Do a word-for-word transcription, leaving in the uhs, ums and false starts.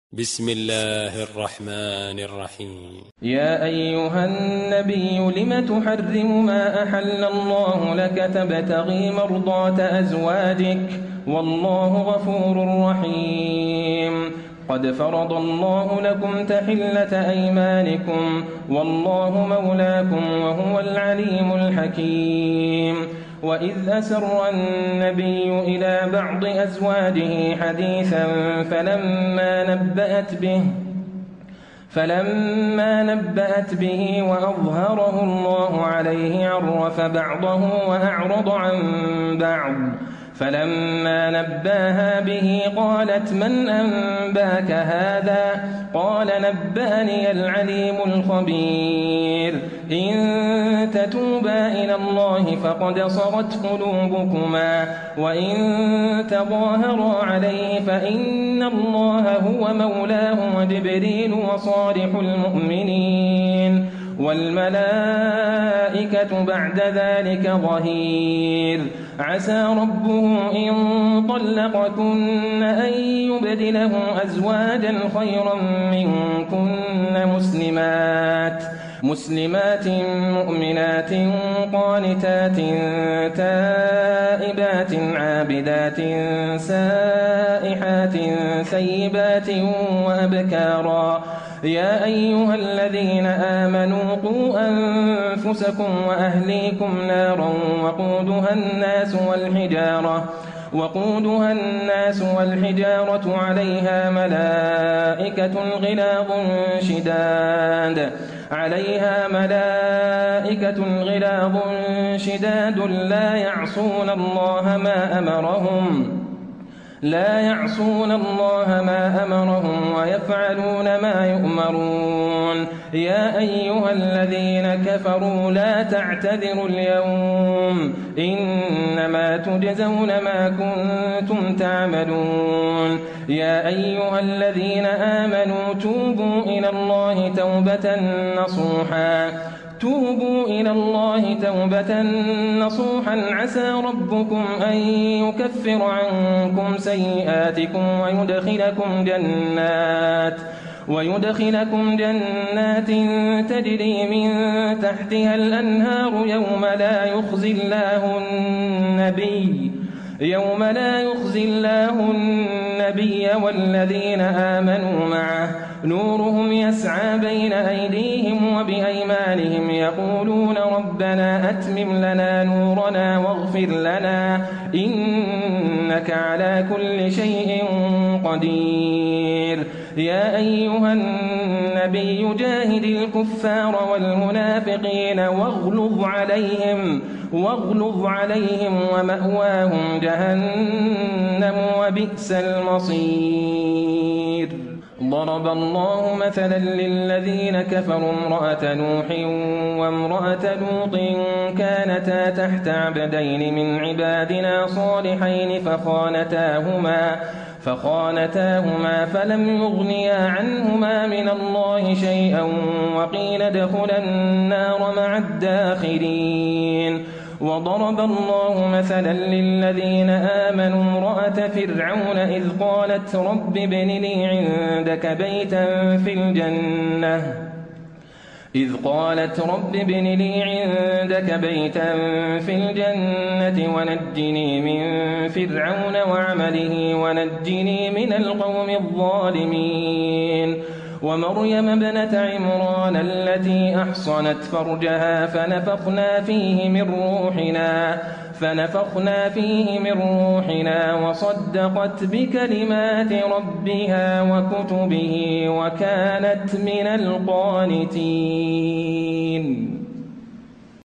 بسم الله الرحمن الرحيم. يا أيها النبي لم تحرم ما أحل الله لك تبتغي مرضات أزواجك والله غفور رحيم. قد فرض الله لكم تحلة أيمانكم والله مولاكم وهو العليم الحكيم. وإذ أسر النبي إلى بعض أزواجه حديثا فلما نبأت به فلما نبأت به وأظهره الله عليه عرف بعضه وأعرض عن بعض. فلما نباها به قالت من أنباك هذا؟ قال نبأني العليم الخبير. إن تتوبا إلى الله فقد صغت قلوبكما وإن تظاهرا عليه فإن الله هو مولاه وجبريل وصالح المؤمنين والملائكة بعد ذلك ظهير. عسى ربه إن طلقكن أن يبدله أزواجا خيرا منكن مسلمات مسلمات مؤمنات قانتات تائبات عابدات سائحات ثيبات وأبكارا. يا أيها الذين آمنوا قوا أنفسكم وأهليكم نارا وقودها الناس والحجارة وقودها الناس والحجارة عليها ملائكة غلاظ شداد عليها ملائكة غلاظ شداد لا يعصون الله ما أمرهم لا يعصون الله ما أمرهم ويفعلون ما يؤمرون. يا أيها الذين كفروا لا تعتذروا اليوم إنما تجزون ما كنتم تعملون. يا أيها الذين آمنوا توبوا إلى الله توبة نصوحا توبوا إلى الله توبة نصوحا عسى ربكم أن يكفر عنكم سيئاتكم ويدخلكم جنات ويدخلكم جنات تجري من تحتها الأنهار يوم لا يخزي الله النبي يوم لا يخزي الله النبي والذين آمنوا معه نورهم يسعى بين أيديهم وبأيمانهم يقولون ربنا أتمم لنا نورنا واغفر لنا إنك على كل شيء قدير. يا أيها النبي جاهد الكفار والمنافقين واغلظ عليهم واغلظ عليهم ومأواهم جهنم وبئس المصير. ضرب الله مثلا للذين كفروا امرأة نوح وامرأة لوط كانتا تحت عبدين من عبادنا صالحين فخانتاهما فخانتاهما فلم يغنيا عنهما من الله شيئا وقيل ادخلا النار مع الداخلين. وضرب الله مثلا للذين آمنوا امرأة فرعون إذ قالت رب ابن لي عندك بيتا في الجنة إذ قالت رب ابن لي عندك بيتا في الجنة ونجني من فرعون وعمله ونجني من القوم الظالمين. ومريم ابنة عمران التي أحصنت فرجها فنفخنا فيه من روحنا فنفخنا فيه من روحنا وصدقت بكلمات ربها وكتبه وكانت من القانتين.